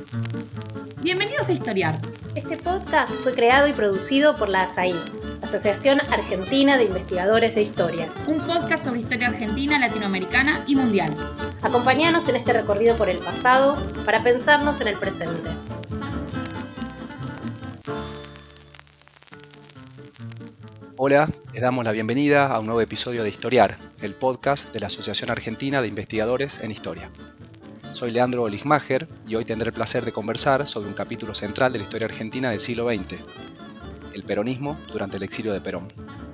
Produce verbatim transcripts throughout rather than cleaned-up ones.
Bienvenidos a Historiar. Este podcast fue creado y producido por la ASAI, Asociación Argentina de Investigadores de Historia. Un podcast sobre historia argentina, latinoamericana y mundial. Acompáñanos en este recorrido por el pasado para pensarnos en el presente. Hola, les damos la bienvenida a un nuevo episodio de Historiar, el podcast de la Asociación Argentina de Investigadores en Historia. Soy Leandro Ligmacher y hoy tendré el placer de conversar sobre un capítulo central de la historia argentina del siglo veinte, el peronismo durante el exilio de Perón.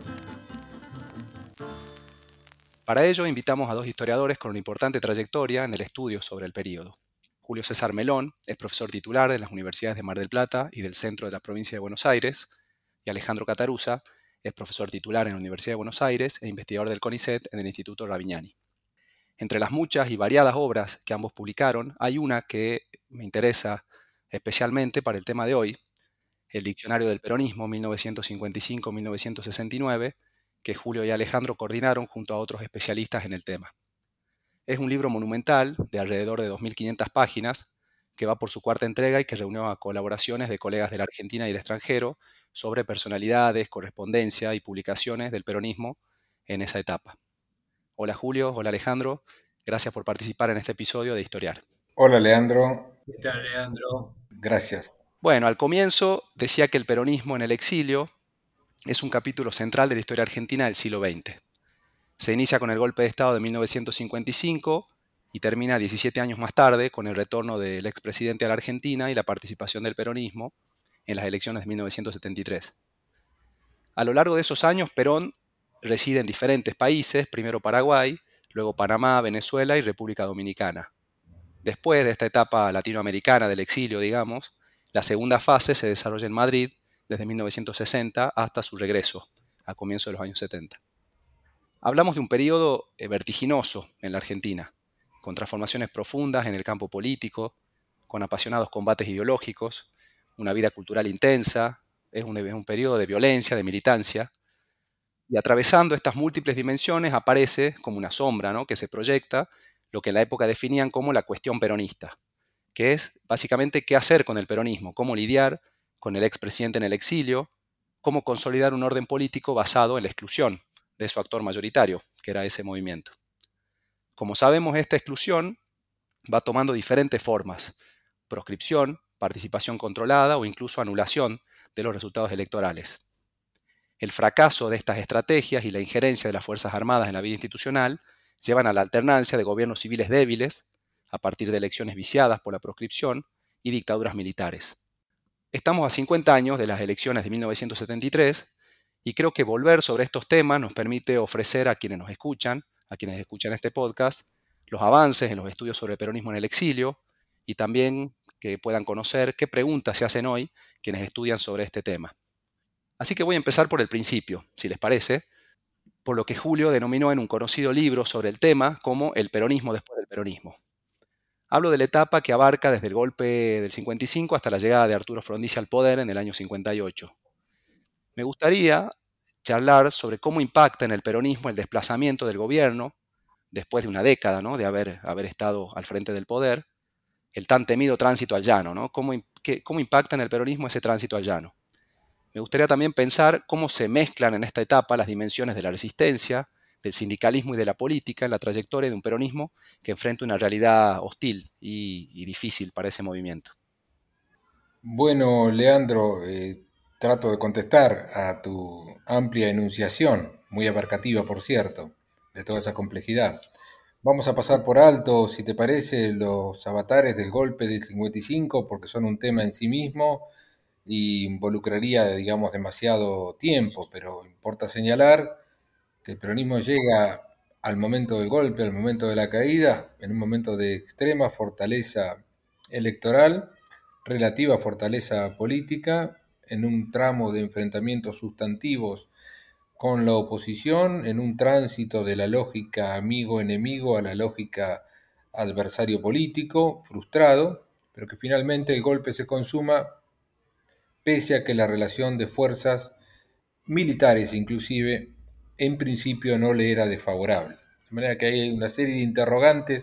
Para ello invitamos a dos historiadores con una importante trayectoria en el estudio sobre el período. Julio César Melón es profesor titular de las universidades de Mar del Plata y del centro de la provincia de Buenos Aires, y Alejandro Catarusa es profesor titular en la Universidad de Buenos Aires e investigador del CONICET en el Instituto Ravignani. Entre las muchas y variadas obras que ambos publicaron, hay una que me interesa especialmente para el tema de hoy, el Diccionario del Peronismo mil novecientos cincuenta y cinco a mil novecientos sesenta y nueve, que Julio y Alejandro coordinaron junto a otros especialistas en el tema. Es un libro monumental de alrededor de dos mil quinientas páginas, que va por su cuarta entrega y que reunió a colaboraciones de colegas de la Argentina y del extranjero sobre personalidades, correspondencia y publicaciones del peronismo en esa etapa. Hola Julio, hola Alejandro, gracias por participar en este episodio de Historiar. Hola Leandro. ¿Qué tal, Leandro? Gracias. Bueno, al comienzo decía que el peronismo en el exilio es un capítulo central de la historia argentina del siglo veinte. Se inicia con el golpe de Estado de mil novecientos cincuenta y cinco y termina diecisiete años más tarde con el retorno del expresidente a la Argentina y la participación del peronismo en las elecciones de mil novecientos setenta y tres. A lo largo de esos años, Perón reside en diferentes países, primero Paraguay, luego Panamá, Venezuela y República Dominicana. Después de esta etapa latinoamericana del exilio, digamos, la segunda fase se desarrolla en Madrid desde mil novecientos sesenta hasta su regreso, a comienzos de los años setenta. Hablamos de un periodo vertiginoso en la Argentina, con transformaciones profundas en el campo político, con apasionados combates ideológicos, una vida cultural intensa, es un, es un periodo de violencia, de militancia, y atravesando estas múltiples dimensiones aparece como una sombra, ¿no?, que se proyecta lo que en la época definían como la cuestión peronista, que es básicamente qué hacer con el peronismo, cómo lidiar con el expresidente en el exilio, cómo consolidar un orden político basado en la exclusión de su actor mayoritario, que era ese movimiento. Como sabemos, esta exclusión va tomando diferentes formas: proscripción, participación controlada o incluso anulación de los resultados electorales. El fracaso de estas estrategias y la injerencia de las Fuerzas Armadas en la vida institucional llevan a la alternancia de gobiernos civiles débiles, a partir de elecciones viciadas por la proscripción, y dictaduras militares. Estamos a cincuenta años de las elecciones de mil novecientos setenta y tres y creo que volver sobre estos temas nos permite ofrecer a quienes nos escuchan, a quienes escuchan este podcast, los avances en los estudios sobre el peronismo en el exilio y también que puedan conocer qué preguntas se hacen hoy quienes estudian sobre este tema. Así que voy a empezar por el principio, si les parece, por lo que Julio denominó en un conocido libro sobre el tema como el peronismo después del peronismo. Hablo de la etapa que abarca desde el golpe del cincuenta y cinco hasta la llegada de Arturo Frondizi al poder en el año cincuenta y ocho. Me gustaría charlar sobre cómo impacta en el peronismo el desplazamiento del gobierno, después de una década, ¿no?, de haber, haber estado al frente del poder, el tan temido tránsito al llano, ¿no? ¿Cómo, qué, cómo impacta en el peronismo ese tránsito al llano? Me gustaría también pensar cómo se mezclan en esta etapa las dimensiones de la resistencia, del sindicalismo y de la política en la trayectoria de un peronismo que enfrenta una realidad hostil y, y difícil para ese movimiento. Bueno, Leandro, eh, trato de contestar a tu amplia enunciación, muy abarcativa, por cierto, de toda esa complejidad. Vamos a pasar por alto, si te parece, los avatares del golpe del cincuenta y cinco, porque son un tema en sí mismo y involucraría, digamos, demasiado tiempo, pero importa señalar que el peronismo llega al momento del golpe, al momento de la caída, en un momento de extrema fortaleza electoral, relativa fortaleza política, en un tramo de enfrentamientos sustantivos con la oposición, en un tránsito de la lógica amigo-enemigo a la lógica adversario político, frustrado, pero que finalmente el golpe se consuma pese a que la relación de fuerzas militares inclusive en principio no le era desfavorable. De manera que hay una serie de interrogantes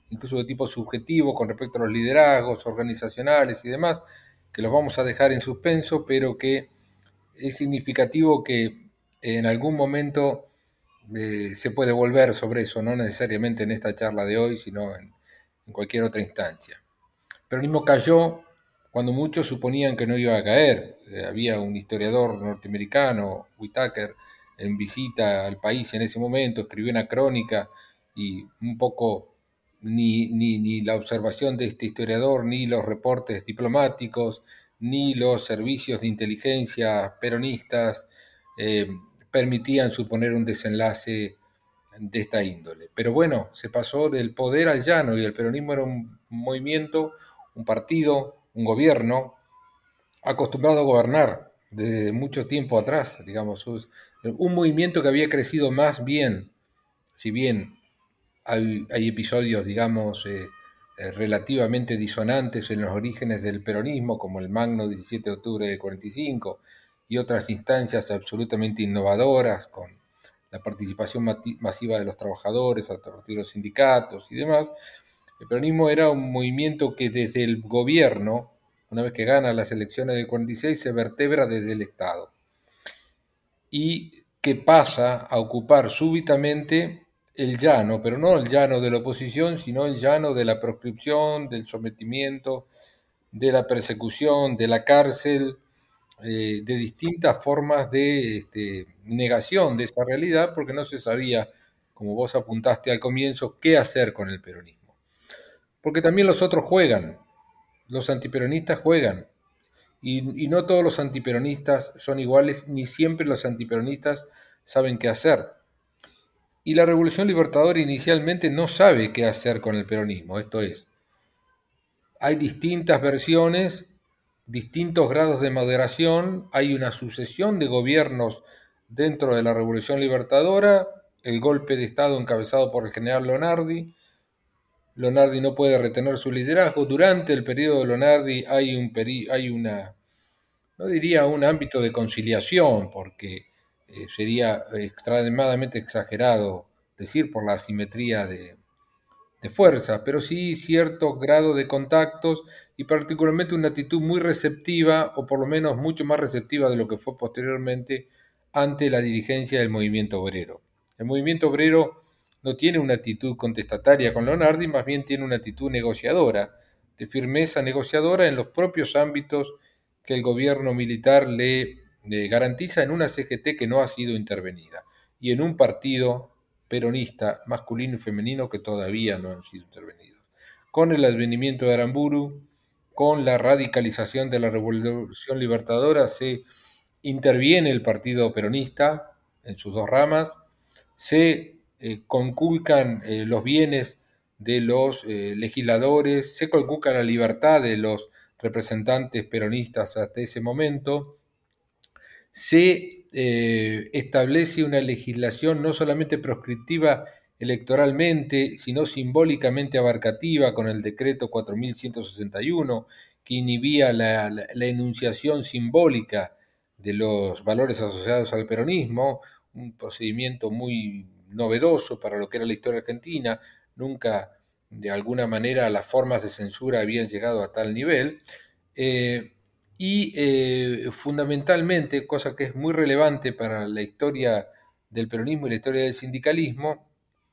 incluso de tipo subjetivo con respecto a los liderazgos organizacionales y demás, que los vamos a dejar en suspenso, pero que es significativo que en algún momento eh, se puede volver sobre eso, no necesariamente en esta charla de hoy, sino en, en cualquier otra instancia. El peronismo cayó cuando muchos suponían que no iba a caer. Eh, había un historiador norteamericano, Whitaker, en visita al país en ese momento, escribió una crónica y un poco ni, ni, ni la observación de este historiador, ni los reportes diplomáticos, ni los servicios de inteligencia peronistas eh, permitían suponer un desenlace de esta índole. Pero bueno, se pasó del poder al llano y el peronismo era un movimiento, un partido, un gobierno acostumbrado a gobernar desde mucho tiempo atrás, digamos, un movimiento que había crecido más bien, si bien hay, hay episodios, digamos, eh, eh, relativamente disonantes en los orígenes del peronismo, como el Magno diecisiete de octubre de cuarenta y cinco, y otras instancias absolutamente innovadoras, con la participación masiva de los trabajadores a partir de los sindicatos y demás. El peronismo era un movimiento que desde el gobierno, una vez que gana las elecciones del cuarenta y seis, se vertebra desde el Estado y que pasa a ocupar súbitamente el llano, pero no el llano de la oposición, sino el llano de la proscripción, del sometimiento, de la persecución, de la cárcel, eh, de distintas formas de este, negación de esa realidad, porque no se sabía, como vos apuntaste al comienzo, qué hacer con el peronismo. Porque también los otros juegan, los antiperonistas juegan, y, y no todos los antiperonistas son iguales, ni siempre los antiperonistas saben qué hacer. Y la Revolución Libertadora inicialmente no sabe qué hacer con el peronismo, esto es, hay distintas versiones, distintos grados de moderación, hay una sucesión de gobiernos dentro de la Revolución Libertadora, el golpe de Estado encabezado por el general Lonardi. Lonardi no puede retener su liderazgo. Durante el periodo de Lonardi hay, un peri hay una, no diría un ámbito de conciliación, porque eh, sería extremadamente exagerado decir por la asimetría de, de fuerza, pero sí cierto grado de contactos y particularmente una actitud muy receptiva, o por lo menos mucho más receptiva de lo que fue posteriormente ante la dirigencia del movimiento obrero. El movimiento obrero no tiene una actitud contestataria con Lonardi, más bien tiene una actitud negociadora, de firmeza negociadora en los propios ámbitos que el gobierno militar le, le garantiza en una C G T que no ha sido intervenida y en un partido peronista masculino y femenino que todavía no han sido intervenidos. Con el advenimiento de Aramburu, con la radicalización de la Revolución Libertadora, se interviene el partido peronista en sus dos ramas, se eh, conculcan eh, los bienes de los eh, legisladores, se conculca la libertad de los representantes peronistas hasta ese momento, se eh, establece una legislación no solamente proscriptiva electoralmente, sino simbólicamente abarcativa con el decreto cuatro mil ciento sesenta y uno, que inhibía la, la, la enunciación simbólica de los valores asociados al peronismo, un procedimiento muy novedoso para lo que era la historia argentina. Nunca, de alguna manera, las formas de censura habían llegado a tal nivel. Eh, y eh, fundamentalmente, cosa que es muy relevante para la historia del peronismo y la historia del sindicalismo,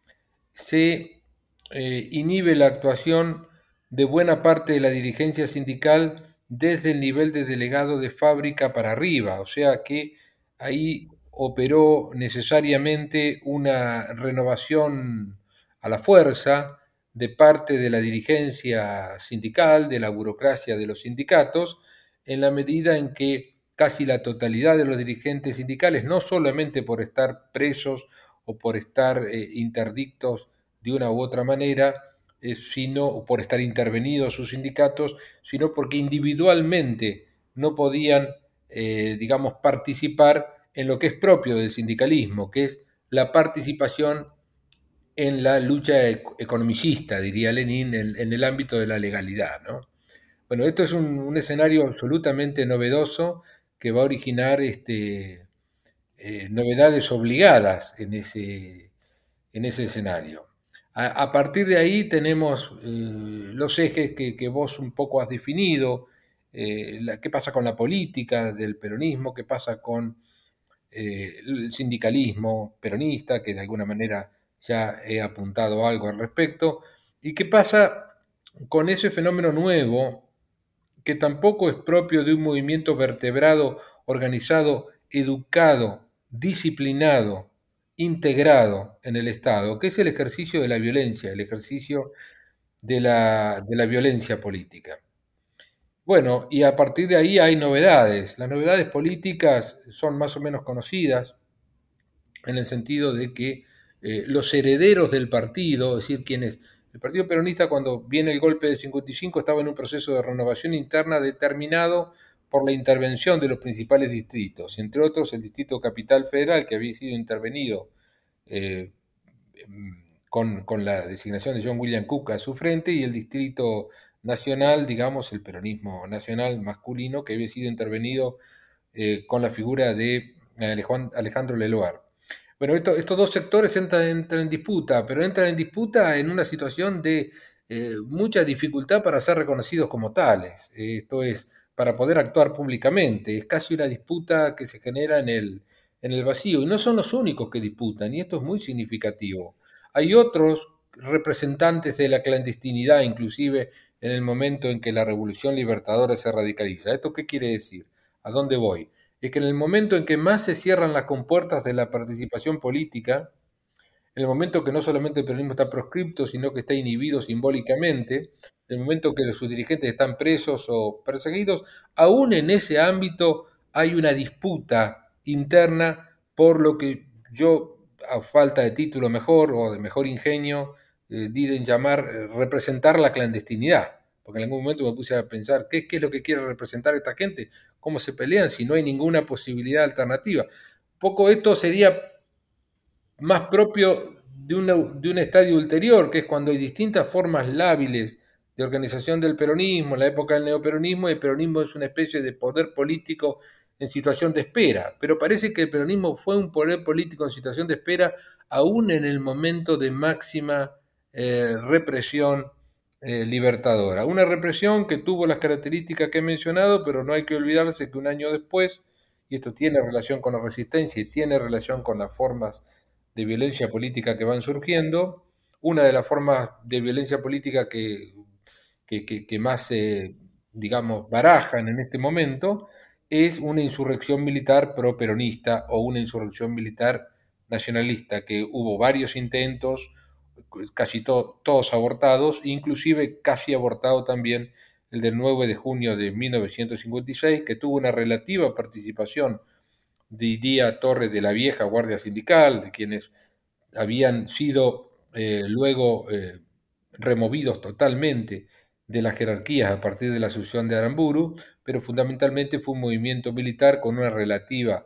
se eh, inhibe la actuación de buena parte de la dirigencia sindical desde el nivel de delegado de fábrica para arriba, o sea que ahí operó necesariamente una renovación a la fuerza de parte de la dirigencia sindical, de la burocracia de los sindicatos, en la medida en que casi la totalidad de los dirigentes sindicales, no solamente por estar presos o por estar eh, interdictos de una u otra manera, eh, sino por estar intervenidos sus sindicatos, sino porque individualmente no podían, eh, digamos, participar en lo que es propio del sindicalismo, que es la participación en la lucha economicista, diría Lenin, en, en el ámbito de la legalidad, ¿no? Bueno, esto es un, un escenario absolutamente novedoso que va a originar este, eh, novedades obligadas en ese, en ese escenario. A, a partir de ahí tenemos eh, los ejes que, que vos un poco has definido, eh, la, qué pasa con la política del peronismo, qué pasa con eh, el sindicalismo peronista, que de alguna manera ya he apuntado algo al respecto, y qué pasa con ese fenómeno nuevo que tampoco es propio de un movimiento vertebrado, organizado, educado, disciplinado, integrado en el Estado, que es el ejercicio de la violencia, el ejercicio de la, de la violencia política. Bueno, y a partir de ahí hay novedades. Las novedades políticas son más o menos conocidas en el sentido de que eh, los herederos del partido, es decir, quienes... El Partido Peronista, cuando viene el golpe del cincuenta y cinco, estaba en un proceso de renovación interna determinado por la intervención de los principales distritos, entre otros el Distrito Capital Federal, que había sido intervenido eh, con, con la designación de John William Cook a su frente, y el Distrito Nacional, digamos, el peronismo nacional masculino, que había sido intervenido eh, con la figura de Alejandro Leloir. Bueno, esto, estos dos sectores entran, entran en disputa, pero entran en disputa en una situación de eh, mucha dificultad para ser reconocidos como tales. Esto es, para poder actuar públicamente. Es casi una disputa que se genera en el, en el vacío. Y no son los únicos que disputan, y esto es muy significativo. Hay otros representantes de la clandestinidad, inclusive en el momento en que la Revolución Libertadora se radicaliza. ¿Esto qué quiere decir? ¿A dónde voy? Es que en el momento en que más se cierran las compuertas de la participación política, en el momento que no solamente el peronismo está proscripto, sino que está inhibido simbólicamente, en el momento que sus dirigentes están presos o perseguidos, aún en ese ámbito hay una disputa interna por lo que yo, a falta de título mejor o de mejor ingenio, eh, di en llamar eh, representar la clandestinidad. Porque en algún momento me puse a pensar, ¿qué, ¿qué es lo que quiere representar esta gente? ¿Cómo se pelean si no hay ninguna posibilidad alternativa? Poco esto sería más propio de, una, de un estadio ulterior, que es cuando hay distintas formas lábiles de organización del peronismo, en la época del neoperonismo, y el peronismo es una especie de poder político en situación de espera, pero parece que el peronismo fue un poder político en situación de espera aún en el momento de máxima eh, represión eh, libertadora. Una represión que tuvo las características que he mencionado, pero no hay que olvidarse que un año después, y esto tiene relación con la resistencia y tiene relación con las formas de violencia política que van surgiendo. Una de las formas de violencia política que, que, que, que más se, digamos, barajan en este momento es una insurrección militar pro-peronista o una insurrección militar nacionalista, que hubo varios intentos, casi to, todos abortados, inclusive casi abortado también el del nueve de junio de mil novecientos cincuenta y seis, que tuvo una relativa participación, diría Torres, de la vieja Guardia Sindical, de quienes habían sido eh, luego eh, removidos totalmente de las jerarquías a partir de la asunción de Aramburu, pero fundamentalmente fue un movimiento militar con una relativa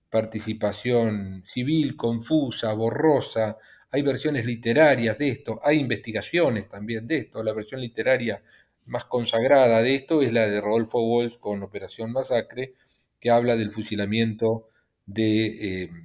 participación civil confusa, borrosa. Hay versiones literarias de esto, hay investigaciones también de esto. La versión literaria más consagrada de esto es la de Rodolfo Walsh con Operación Masacre, que habla del fusilamiento de eh, eh,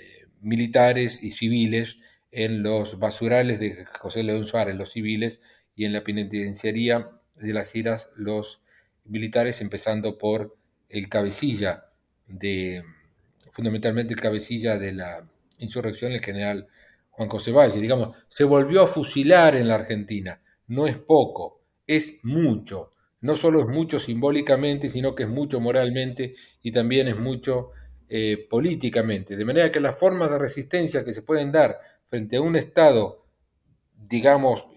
militares y civiles en los basurales de José León Suárez, los civiles, y en la penitenciaría de Las Heras, los militares, empezando por el cabecilla de, fundamentalmente el cabecilla de la insurrección, el general Juan José Valle. Digamos, se volvió a fusilar en la Argentina. No es poco, es mucho. No solo es mucho simbólicamente, sino que es mucho moralmente y también es mucho eh, políticamente. De manera que las formas de resistencia que se pueden dar frente a un Estado, digamos,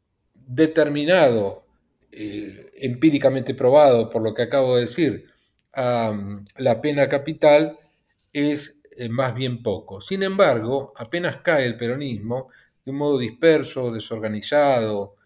determinado, eh, empíricamente probado por lo que acabo de decir, um, la pena capital, es eh, más bien poco. Sin embargo, apenas cae el peronismo, de un modo disperso, desorganizado,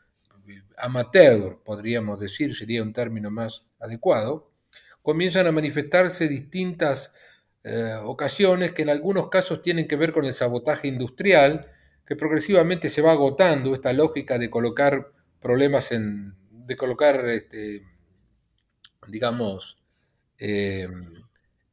amateur, podríamos decir, sería un término más adecuado, comienzan a manifestarse distintas eh, ocasiones que en algunos casos tienen que ver con el sabotaje industrial, que progresivamente se va agotando esta lógica de colocar problemas en, de colocar, este, digamos, eh,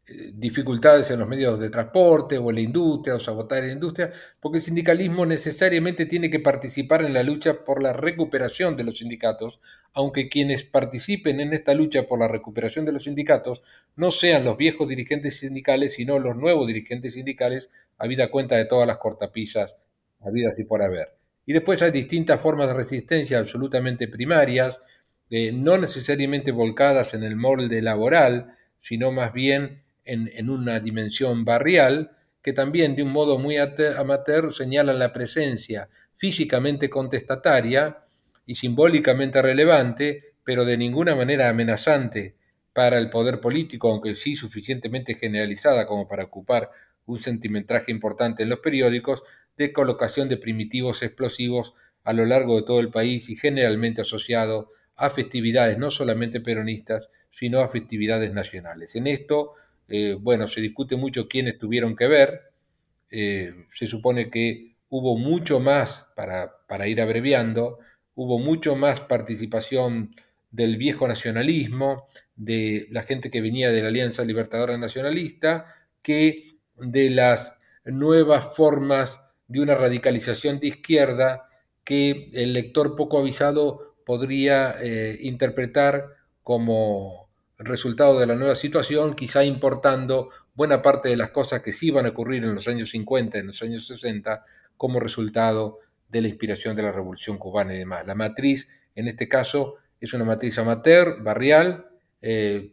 dificultades en los medios de transporte o en la industria o sabotaje en la industria, porque el sindicalismo necesariamente tiene que participar en la lucha por la recuperación de los sindicatos, aunque quienes participen en esta lucha por la recuperación de los sindicatos no sean los viejos dirigentes sindicales, sino los nuevos dirigentes sindicales, habida cuenta de todas las cortapisas habidas y por haber. Y después hay distintas formas de resistencia absolutamente primarias, eh, no necesariamente volcadas en el molde laboral, sino más bien en, en una dimensión barrial, que también de un modo muy amateur señalan la presencia físicamente contestataria y simbólicamente relevante, pero de ninguna manera amenazante para el poder político, aunque sí suficientemente generalizada como para ocupar un centimetraje importante en los periódicos, de colocación de primitivos explosivos a lo largo de todo el país y generalmente asociado a festividades no solamente peronistas, sino a festividades nacionales. En esto, eh, bueno, se discute mucho quiénes tuvieron que ver. Eh, se supone que hubo mucho más, para, para ir abreviando, hubo mucho más participación del viejo nacionalismo, de la gente que venía de la Alianza Libertadora Nacionalista, que de las nuevas formas de una radicalización de izquierda que el lector poco avisado podría eh, interpretar como resultado de la nueva situación, quizá importando buena parte de las cosas que sí iban a ocurrir en los años cincuenta, en los años sesenta, como resultado de la inspiración de la Revolución Cubana y demás. La matriz, en este caso, es una matriz amateur, barrial, eh,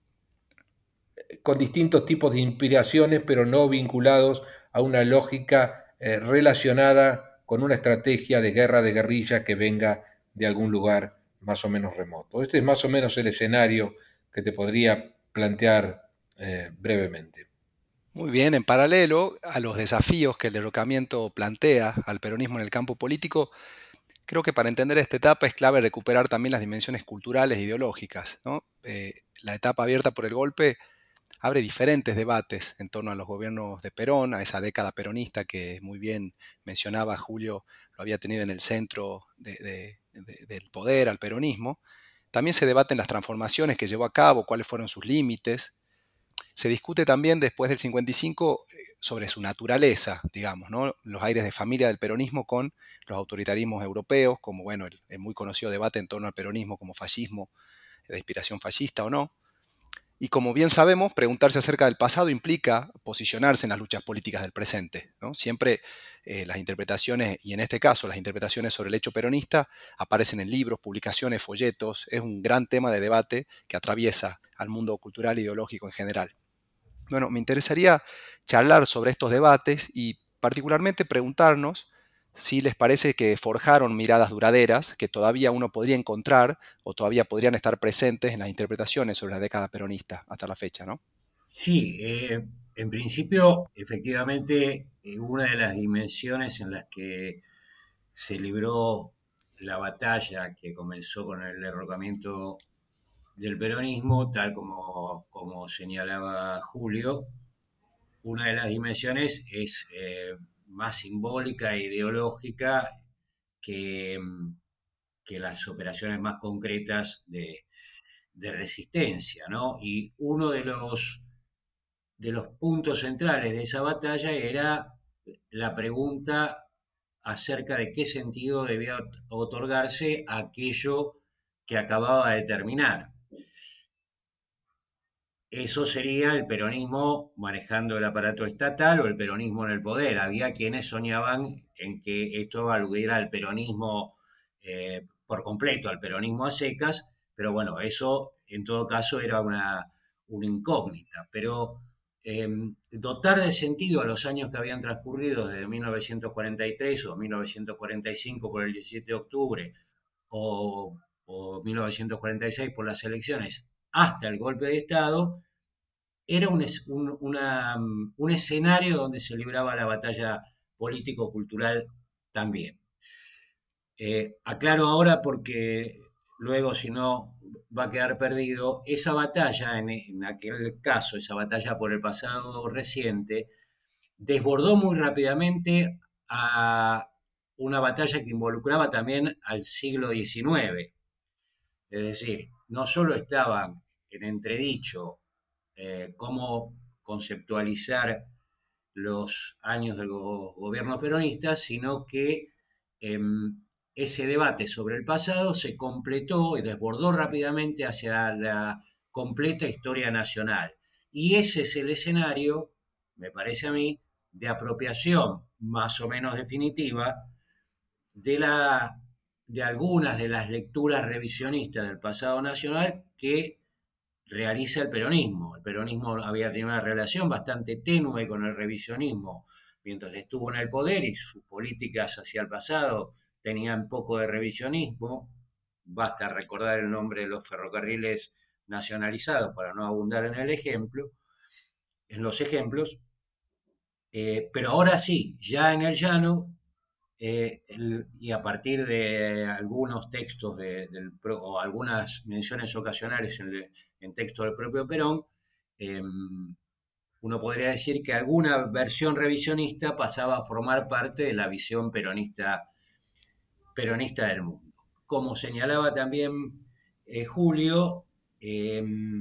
con distintos tipos de inspiraciones, pero no vinculados a una lógica eh, relacionada con una estrategia de guerra de guerrilla que venga de algún lugar más o menos remoto. Este es más o menos el escenario que te podría plantear eh, brevemente. Muy bien, en paralelo a los desafíos que el derrocamiento plantea al peronismo en el campo político, creo que para entender esta etapa es clave recuperar también las dimensiones culturales e ideológicas, ¿no? Eh, la etapa abierta por el golpe abre diferentes debates en torno a los gobiernos de Perón, a esa década peronista que muy bien mencionaba Julio, lo había tenido en el centro de, de, de, del poder al peronismo. También se debaten las transformaciones que llevó a cabo, cuáles fueron sus límites. Se discute también después del cincuenta y cinco sobre su naturaleza, digamos, ¿no? Los aires de familia del peronismo con los autoritarismos europeos, como bueno, el, el muy conocido debate en torno al peronismo como fascismo, de inspiración fascista o no. Y como bien sabemos, preguntarse acerca del pasado implica posicionarse en las luchas políticas del presente, ¿no? Siempre eh, las interpretaciones, y en este caso las interpretaciones sobre el hecho peronista, aparecen en libros, publicaciones, folletos. Es un gran tema de debate que atraviesa al mundo cultural e ideológico en general. Bueno, me interesaría charlar sobre estos debates y particularmente preguntarnos si les parece que forjaron miradas duraderas que todavía uno podría encontrar o todavía podrían estar presentes en las interpretaciones sobre la década peronista hasta la fecha, ¿no? Sí, eh, en principio, efectivamente, eh, una de las dimensiones en las que se libró la batalla que comenzó con el derrocamiento del peronismo, tal como, como señalaba Julio, una de las dimensiones es eh, más simbólica e ideológica que, mm, que las operaciones más concretas de, de resistencia, ¿no? Y uno de los, de los puntos centrales de esa batalla era la pregunta acerca de qué sentido debía otorgarse aquello que acababa de terminar. Eso sería el peronismo manejando el aparato estatal o el peronismo en el poder. Había quienes soñaban en que esto aludiera al peronismo eh, por completo, al peronismo a secas, pero bueno, eso en todo caso era una, una incógnita. Pero eh, dotar de sentido a los años que habían transcurrido desde mil novecientos cuarenta y tres o mil novecientos cuarenta y cinco por el diecisiete de octubre o, o mil novecientos cuarenta y seis por las elecciones hasta el golpe de Estado, era un, un, una, un escenario donde se libraba la batalla político-cultural también. Eh, aclaro ahora porque luego si no va a quedar perdido, esa batalla, en, en aquel caso, esa batalla por el pasado reciente, desbordó muy rápidamente a una batalla que involucraba también al siglo diecinueve. Es decir, no solo estaban en entredicho eh, cómo conceptualizar los años del go- gobierno peronista, sino que eh, ese debate sobre el pasado se completó y desbordó rápidamente hacia la completa historia nacional. Y ese es el escenario, me parece a mí, de apropiación más o menos definitiva de, la, de algunas de las lecturas revisionistas del pasado nacional que realiza el peronismo. El peronismo había tenido una relación bastante tenue con el revisionismo mientras estuvo en el poder y sus políticas hacia el pasado tenían poco de revisionismo. Basta recordar el nombre de los ferrocarriles nacionalizados para no abundar en el ejemplo, en los ejemplos. Eh, pero ahora sí, ya en el llano, eh, el, y a partir de algunos textos de, del, o algunas menciones ocasionales en, el, en textos del propio Perón, eh, uno podría decir que alguna versión revisionista pasaba a formar parte de la visión peronista, peronista del mundo. Como señalaba también eh, Julio, eh,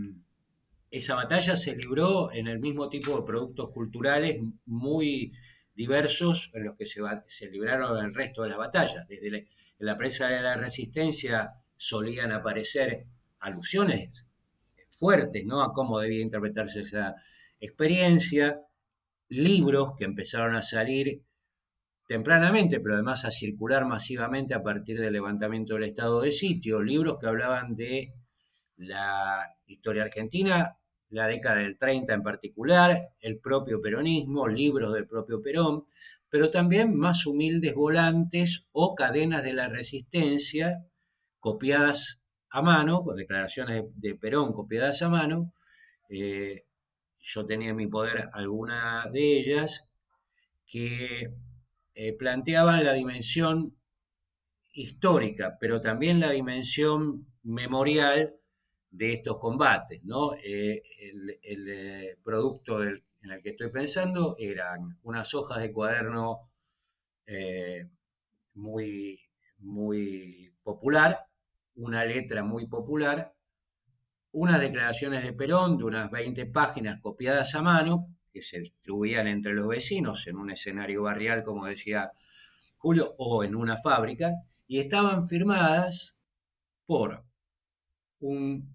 esa batalla se libró en el mismo tipo de productos culturales muy diversos en los que se, se libraron el resto de las batallas. Desde la, en la prensa de la Resistencia solían aparecer alusiones fuertes, ¿no?, a cómo debía interpretarse esa experiencia, libros que empezaron a salir tempranamente, pero además a circular masivamente a partir del levantamiento del estado de sitio, libros que hablaban de la historia argentina, la década del treinta en particular, el propio peronismo, libros del propio Perón, pero también más humildes volantes o cadenas de la resistencia copiadas a mano, con declaraciones de Perón copiadas a mano. Eh, yo tenía en mi poder alguna de ellas que eh, planteaban la dimensión histórica, pero también la dimensión memorial de estos combates, ¿no? Eh, el, el eh, producto del, en el que estoy pensando eran unas hojas de cuaderno eh, muy, muy popular, una letra muy popular, unas declaraciones de Perón de unas veinte páginas copiadas a mano, que se distribuían entre los vecinos en un escenario barrial, como decía Julio, o en una fábrica, y estaban firmadas por un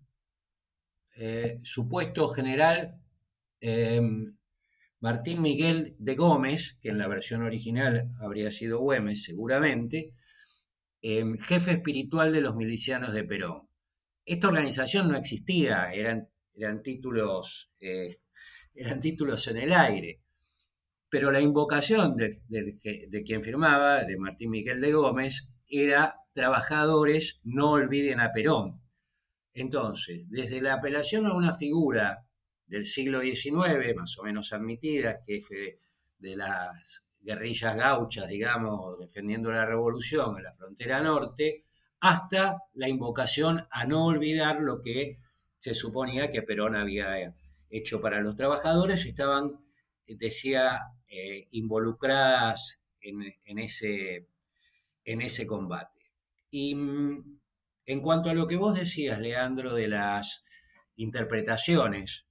eh, supuesto general eh, Martín Miguel de Gómez, que en la versión original habría sido Güemes seguramente, eh, jefe espiritual de los milicianos de Perón. Esta organización no existía, eran, eran, títulos, eh, eran títulos en el aire, pero la invocación de, de, de quien firmaba, de Martín Miguel de Gómez, era trabajadores, no olviden a Perón. Entonces, desde la apelación a una figura del siglo diecinueve, más o menos admitida, jefe de, de las guerrillas gauchas, digamos, defendiendo la revolución en la frontera norte, hasta la invocación a no olvidar lo que se suponía que Perón había hecho para los trabajadores, estaban, decía, eh, involucradas en, en, ese, en ese combate. Y en cuanto a lo que vos decías, Leandro, de las interpretaciones,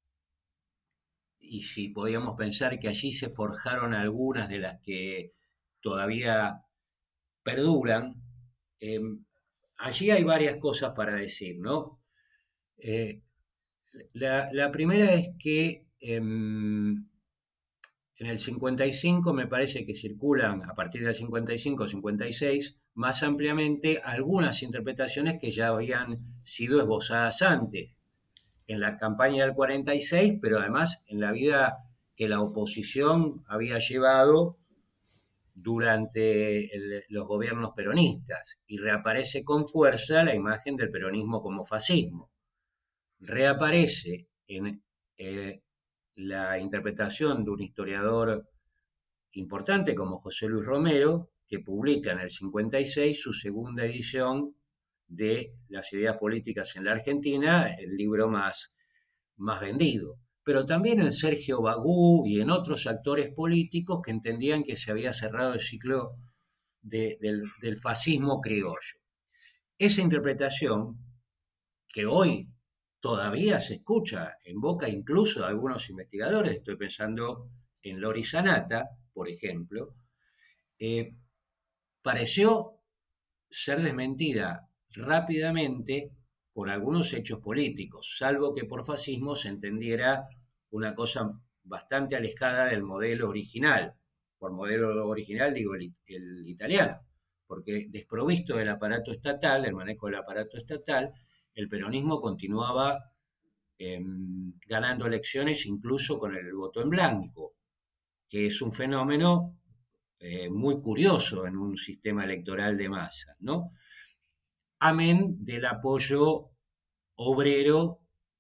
y si podíamos pensar que allí se forjaron algunas de las que todavía perduran, eh, allí hay varias cosas para decir, ¿no? Eh, la, la primera es que eh, en el cincuenta y cinco me parece que circulan, a partir del cincuenta y cinco cincuenta y seis, más ampliamente algunas interpretaciones que ya habían sido esbozadas antes, en la campaña del cuarenta y seis, pero además en la vida que la oposición había llevado durante el, los gobiernos peronistas, y reaparece con fuerza la imagen del peronismo como fascismo. Reaparece en eh, la interpretación de un historiador importante como José Luis Romero, que publica en el cincuenta y seis su segunda edición de Las ideas políticas en la Argentina, el libro más, más vendido. Pero también en Sergio Bagú y en otros actores políticos que entendían que se había cerrado el ciclo de, del, del fascismo criollo. Esa interpretación, que hoy todavía se escucha en boca incluso de algunos investigadores. Estoy pensando en Lori Sanata, por ejemplo. Eh, pareció ser desmentida rápidamente por algunos hechos políticos, salvo que por fascismo se entendiera una cosa bastante alejada del modelo original. Por modelo original digo el, el italiano, porque desprovisto del aparato estatal, del manejo del aparato estatal, el peronismo continuaba eh, ganando elecciones incluso con el voto en blanco, que es un fenómeno eh, muy curioso en un sistema electoral de masa, ¿no? Amén del apoyo obrero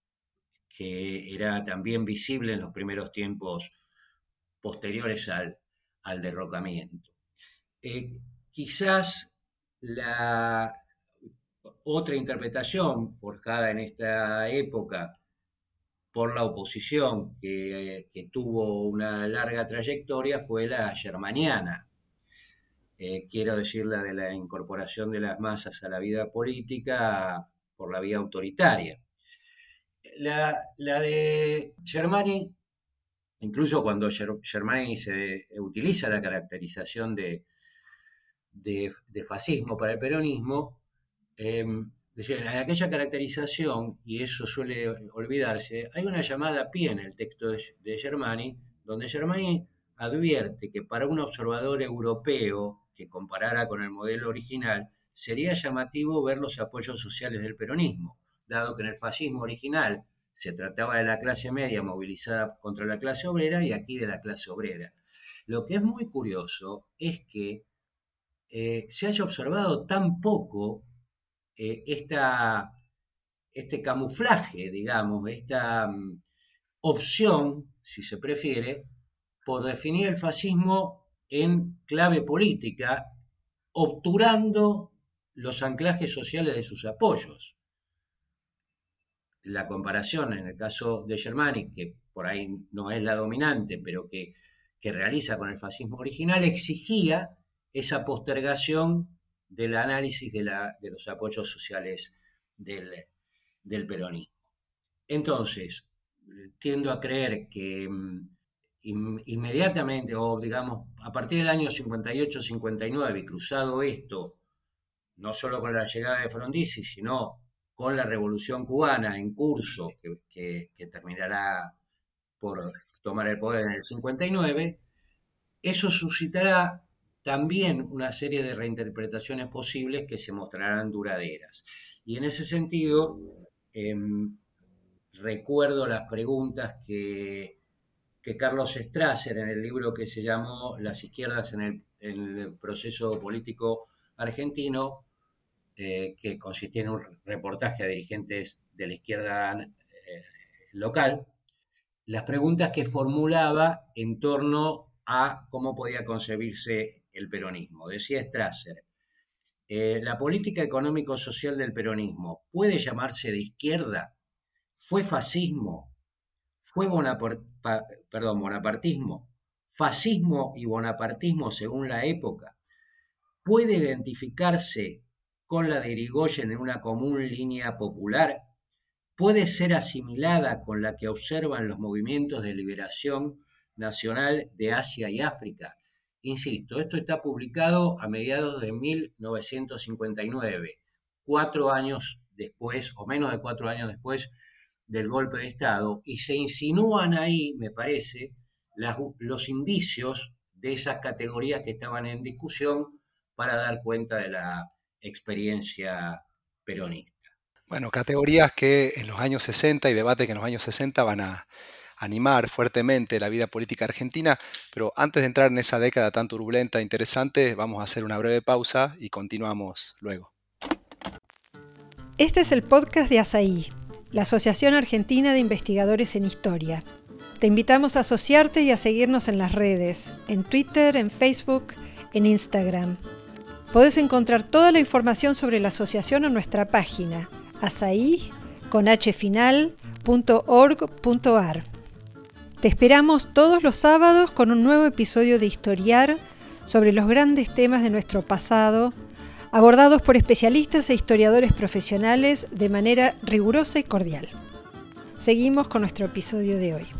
que era también visible en los primeros tiempos posteriores al, al derrocamiento. Eh, quizás la otra interpretación forjada en esta época por la oposición que, que tuvo una larga trayectoria fue la germaniana. Eh, quiero decir la de la incorporación de las masas a la vida política por la vía autoritaria. La, la de Germani, incluso cuando Germani se utiliza la caracterización de, de, de fascismo para el peronismo, eh, en aquella caracterización, y eso suele olvidarse, hay una llamada pie en el texto de, de Germani, donde Germani advierte que para un observador europeo que comparara con el modelo original, sería llamativo ver los apoyos sociales del peronismo, dado que en el fascismo original se trataba de la clase media movilizada contra la clase obrera y aquí de la clase obrera. Lo que es muy curioso es que eh, se haya observado tan poco eh, esta, este camuflaje, digamos, esta um, opción, si se prefiere, por definir el fascismo en clave política, obturando los anclajes sociales de sus apoyos. La comparación en el caso de Germani, que por ahí no es la dominante, pero que, que realiza con el fascismo original, exigía esa postergación del análisis de, la, de los apoyos sociales del, del peronismo. Entonces, tiendo a creer que inmediatamente, o digamos, a partir del año cincuenta y ocho cincuenta y nueve, y cruzado esto, no solo con la llegada de Frondizi, sino con la Revolución Cubana en curso, que, que, que terminará por tomar el poder en el cincuenta y nueve, eso suscitará también una serie de reinterpretaciones posibles que se mostrarán duraderas. Y en ese sentido, eh, recuerdo las preguntas que que Carlos Strasser, en el libro que se llamó Las izquierdas en el, en el proceso político argentino, eh, que consistía en un reportaje a dirigentes de la izquierda eh, local, las preguntas que formulaba en torno a cómo podía concebirse el peronismo. Decía Strasser, eh, ¿la política económico-social del peronismo puede llamarse de izquierda? ¿Fue fascismo? ¿Fue bonapart, perdón, bonapartismo? ¿Fascismo y bonapartismo según la época? ¿Puede identificarse con la de Irigoyen en una común línea popular? ¿Puede ser asimilada con la que observan los movimientos de liberación nacional de Asia y África? Insisto, esto está publicado a mediados de mil novecientos cincuenta y nueve, cuatro años después, o menos de cuatro años después, del golpe de Estado, y se insinúan ahí, me parece, las, los indicios de esas categorías que estaban en discusión para dar cuenta de la experiencia peronista. Bueno, categorías que en los años sesenta y debates que en los años sesenta van a animar fuertemente la vida política argentina, pero antes de entrar en esa década tan turbulenta e interesante, vamos a hacer una breve pausa y continuamos luego. Este es el podcast de ASAI, la Asociación Argentina de Investigadores en Historia. Te invitamos a asociarte y a seguirnos en las redes, en Twitter, en Facebook, en Instagram. Podés encontrar toda la información sobre la asociación en nuestra página, asai con h final punto org punto a r. Te esperamos todos los sábados con un nuevo episodio de Historiar sobre los grandes temas de nuestro pasado, abordados por especialistas e historiadores profesionales de manera rigurosa y cordial. Seguimos con nuestro episodio de hoy.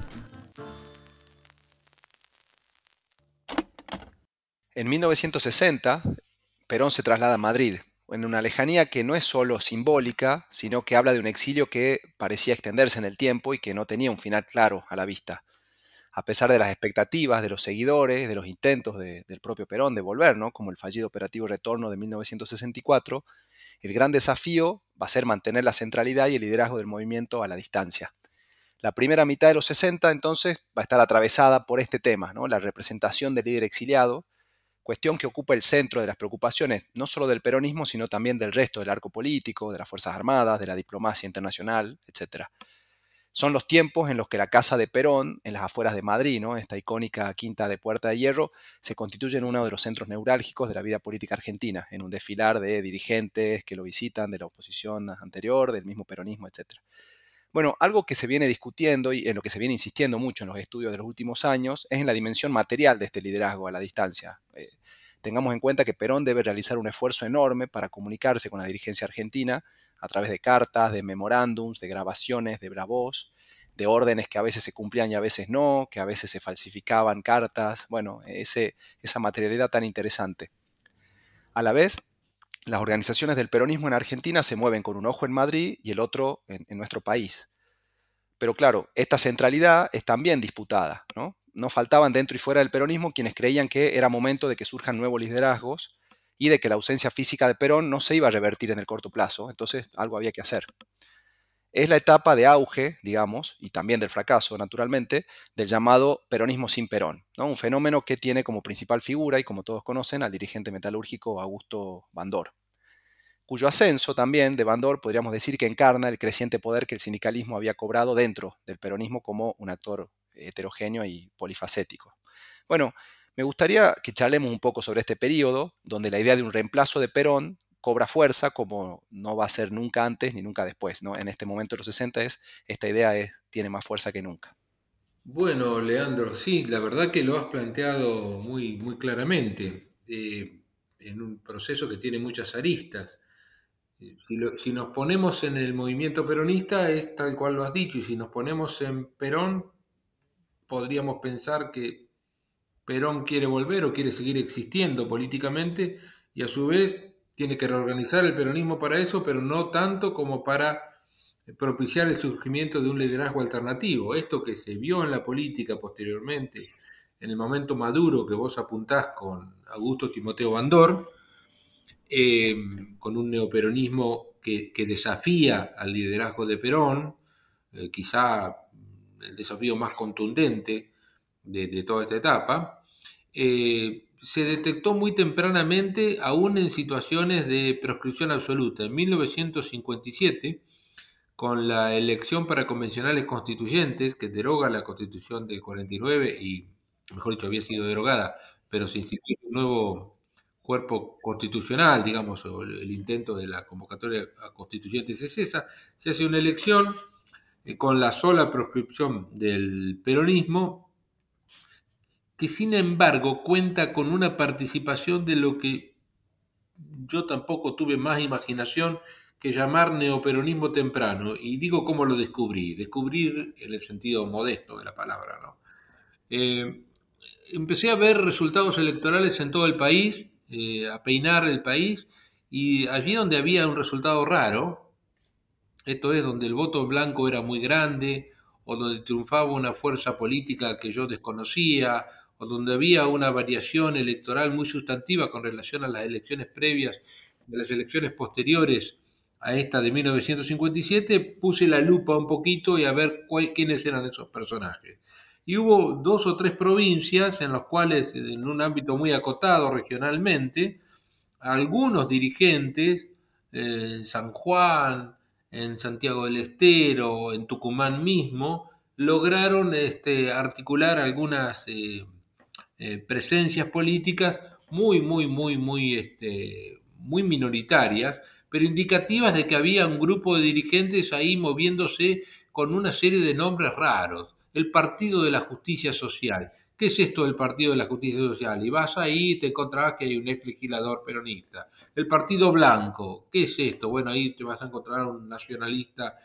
En mil novecientos sesenta, Perón se traslada a Madrid, en una lejanía que no es solo simbólica, sino que habla de un exilio que parecía extenderse en el tiempo y que no tenía un final claro a la vista. A pesar de las expectativas de los seguidores, de los intentos de, del propio Perón de volver, ¿no? Como el fallido operativo Retorno de mil novecientos sesenta y cuatro, el gran desafío va a ser mantener la centralidad y el liderazgo del movimiento a la distancia. La primera mitad de los sesenta, entonces, va a estar atravesada por este tema, ¿no? La representación del líder exiliado, cuestión que ocupa el centro de las preocupaciones no solo del peronismo, sino también del resto del arco político, de las Fuerzas Armadas, de la diplomacia internacional, etcétera. Son los tiempos en los que la casa de Perón, en las afueras de Madrid, ¿no? Esta icónica quinta de Puerta de Hierro, se constituye en uno de los centros neurálgicos de la vida política argentina, en un desfilar de dirigentes que lo visitan de la oposición anterior, del mismo peronismo, etcétera. Bueno, algo que se viene discutiendo y en lo que se viene insistiendo mucho en los estudios de los últimos años es en la dimensión material de este liderazgo a la distancia. Eh, tengamos en cuenta que Perón debe realizar un esfuerzo enorme para comunicarse con la dirigencia argentina a través de cartas, de memorándums, de grabaciones, de bravos, de órdenes que a veces se cumplían y a veces no, que a veces se falsificaban cartas, bueno, ese, esa materialidad tan interesante. A la vez, las organizaciones del peronismo en Argentina se mueven con un ojo en Madrid y el otro en, en nuestro país. Pero claro, esta centralidad es también disputada, ¿no? No faltaban dentro y fuera del peronismo quienes creían que era momento de que surjan nuevos liderazgos y de que la ausencia física de Perón no se iba a revertir en el corto plazo, entonces algo había que hacer. Es la etapa de auge, digamos, y también del fracaso, naturalmente, del llamado peronismo sin Perón, ¿no? Un fenómeno que tiene como principal figura, y como todos conocen, al dirigente metalúrgico Augusto Bandor, cuyo ascenso también de Bandor podríamos decir que encarna el creciente poder que el sindicalismo había cobrado dentro del peronismo como un actor heterogéneo y polifacético. Bueno, me gustaría que charlemos un poco sobre este periodo, donde la idea de un reemplazo de Perón cobra fuerza como no va a ser nunca antes ni nunca después, ¿no? En este momento de los sesenta es, esta idea es, tiene más fuerza que nunca. Bueno, Leandro, sí, la verdad que lo has planteado muy, muy claramente, eh, en un proceso que tiene muchas aristas. Si, lo, si nos ponemos en el movimiento peronista es tal cual lo has dicho, y si nos ponemos en Perón, podríamos pensar que Perón quiere volver o quiere seguir existiendo políticamente y a su vez tiene que reorganizar el peronismo para eso, pero no tanto como para propiciar el surgimiento de un liderazgo alternativo. Esto que se vio en la política posteriormente, en el momento maduro que vos apuntás con Augusto Timoteo Bandor, eh, con un neoperonismo que, que desafía al liderazgo de Perón, eh, quizá el desafío más contundente de, de toda esta etapa, eh, se detectó muy tempranamente, aún en situaciones de proscripción absoluta. En mil novecientos cincuenta y siete, con la elección para convencionales constituyentes, que deroga la Constitución del cuarenta y nueve, y mejor dicho, había sido derogada, pero se instituye un nuevo cuerpo constitucional, digamos, o el, el intento de la convocatoria a constituyentes se cesa, se hace una elección eh, con la sola proscripción del peronismo, que sin embargo cuenta con una participación de lo que yo tampoco tuve más imaginación que llamar neoperonismo temprano. Y digo cómo lo descubrí. Descubrir en el sentido modesto de la palabra, ¿no? Eh, empecé a ver resultados electorales en todo el país, eh, a peinar el país, y allí donde había un resultado raro, esto es, donde el voto blanco era muy grande, o donde triunfaba una fuerza política que yo desconocía, o donde había una variación electoral muy sustantiva con relación a las elecciones previas, de las elecciones posteriores a esta de mil novecientos cincuenta y siete, puse la lupa un poquito y a ver cuál, quiénes eran esos personajes. Y hubo dos o tres provincias en las cuales, en un ámbito muy acotado regionalmente, algunos dirigentes, eh, en San Juan, en Santiago del Estero, en Tucumán mismo, lograron este, articular algunas eh, eh, presencias políticas muy, muy, muy, muy, este, muy minoritarias, pero indicativas de que había un grupo de dirigentes ahí moviéndose con una serie de nombres raros. El Partido de la Justicia Social. ¿Qué es esto del Partido de la Justicia Social? Y vas ahí y te encontrarás que hay un ex legislador peronista. El Partido Blanco. ¿Qué es esto? Bueno, ahí te vas a encontrar un nacionalista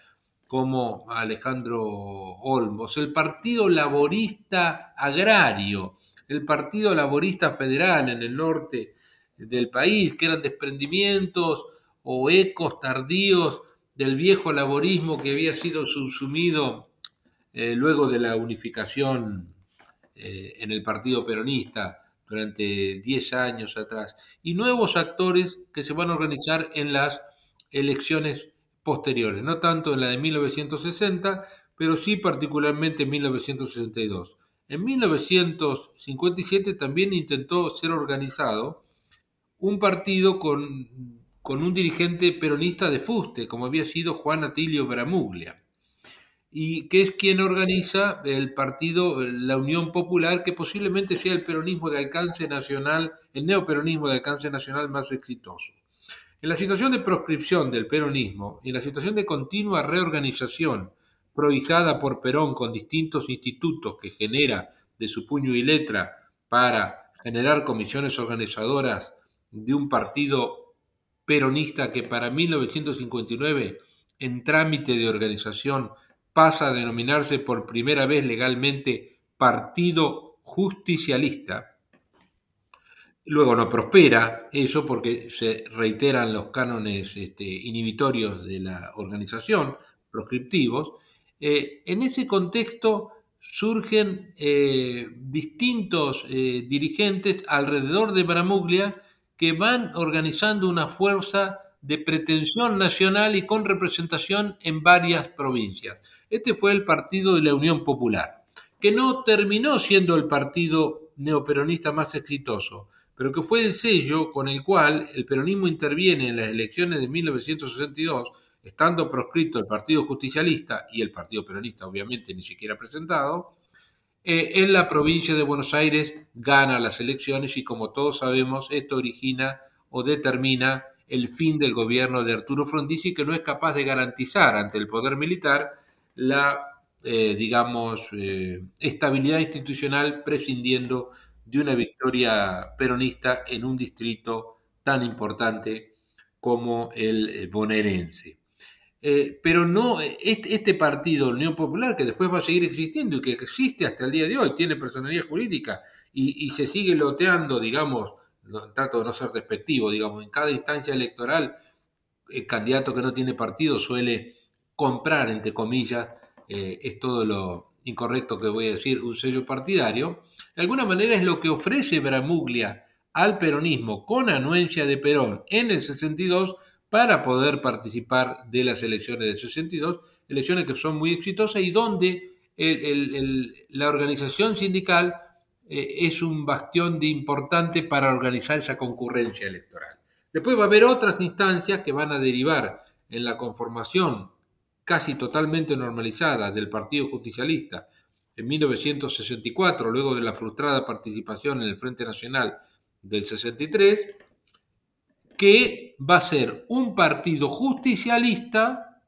como Alejandro Olmos, el Partido Laborista Agrario, el Partido Laborista Federal en el norte del país, que eran desprendimientos o ecos tardíos del viejo laborismo que había sido subsumido eh, luego de la unificación eh, en el Partido Peronista durante diez años atrás, y nuevos actores que se van a organizar en las elecciones posteriores, no tanto en la de mil novecientos sesenta, pero sí particularmente en mil novecientos sesenta y dos. En mil novecientos cincuenta y siete también intentó ser organizado un partido con, con un dirigente peronista de fuste, como había sido Juan Atilio Bramuglia, y que es quien organiza el partido La Unión Popular, que posiblemente sea el peronismo de alcance nacional, el neoperonismo de alcance nacional más exitoso. En la situación de proscripción del peronismo y en la situación de continua reorganización prohijada por Perón con distintos institutos que genera de su puño y letra para generar comisiones organizadoras de un partido peronista que para mil novecientos cincuenta y nueve, en trámite de organización, pasa a denominarse por primera vez legalmente Partido Justicialista. Luego no prospera eso porque se reiteran los cánones este, inhibitorios de la organización, proscriptivos. Eh, en ese contexto surgen eh, distintos eh, dirigentes alrededor de Bramuglia que van organizando una fuerza de pretensión nacional y con representación en varias provincias. Este fue el Partido de la Unión Popular, que no terminó siendo el partido neoperonista más exitoso, pero que fue el sello con el cual el peronismo interviene en las elecciones de mil novecientos sesenta y dos, estando proscrito el Partido Justicialista y el Partido Peronista, obviamente ni siquiera presentado, eh, en la provincia de Buenos Aires gana las elecciones y, como todos sabemos, esto origina o determina el fin del gobierno de Arturo Frondizi, que no es capaz de garantizar ante el poder militar la, eh, digamos, eh, estabilidad institucional, prescindiendo de una victoria peronista en un distrito tan importante como el bonaerense. Eh, pero no, este, este partido, Unión Popular, que después va a seguir existiendo y que existe hasta el día de hoy, tiene personalidad jurídica y, y se sigue loteando, digamos, no, trato de no ser despectivo, digamos, en cada instancia electoral, el candidato que no tiene partido suele comprar, entre comillas, eh, es todo lo incorrecto que voy a decir, un sello partidario. De alguna manera es lo que ofrece Bramuglia al peronismo con anuencia de Perón en el sesenta y dos para poder participar de las elecciones del sesenta y dos, elecciones que son muy exitosas y donde el, el, el, la organización sindical eh, es un bastión de importante para organizar esa concurrencia electoral. Después va a haber otras instancias que van a derivar en la conformación casi totalmente normalizada del Partido Justicialista en mil novecientos sesenta y cuatro, luego de la frustrada participación en el Frente Nacional del sesenta y tres, que va a ser un partido justicialista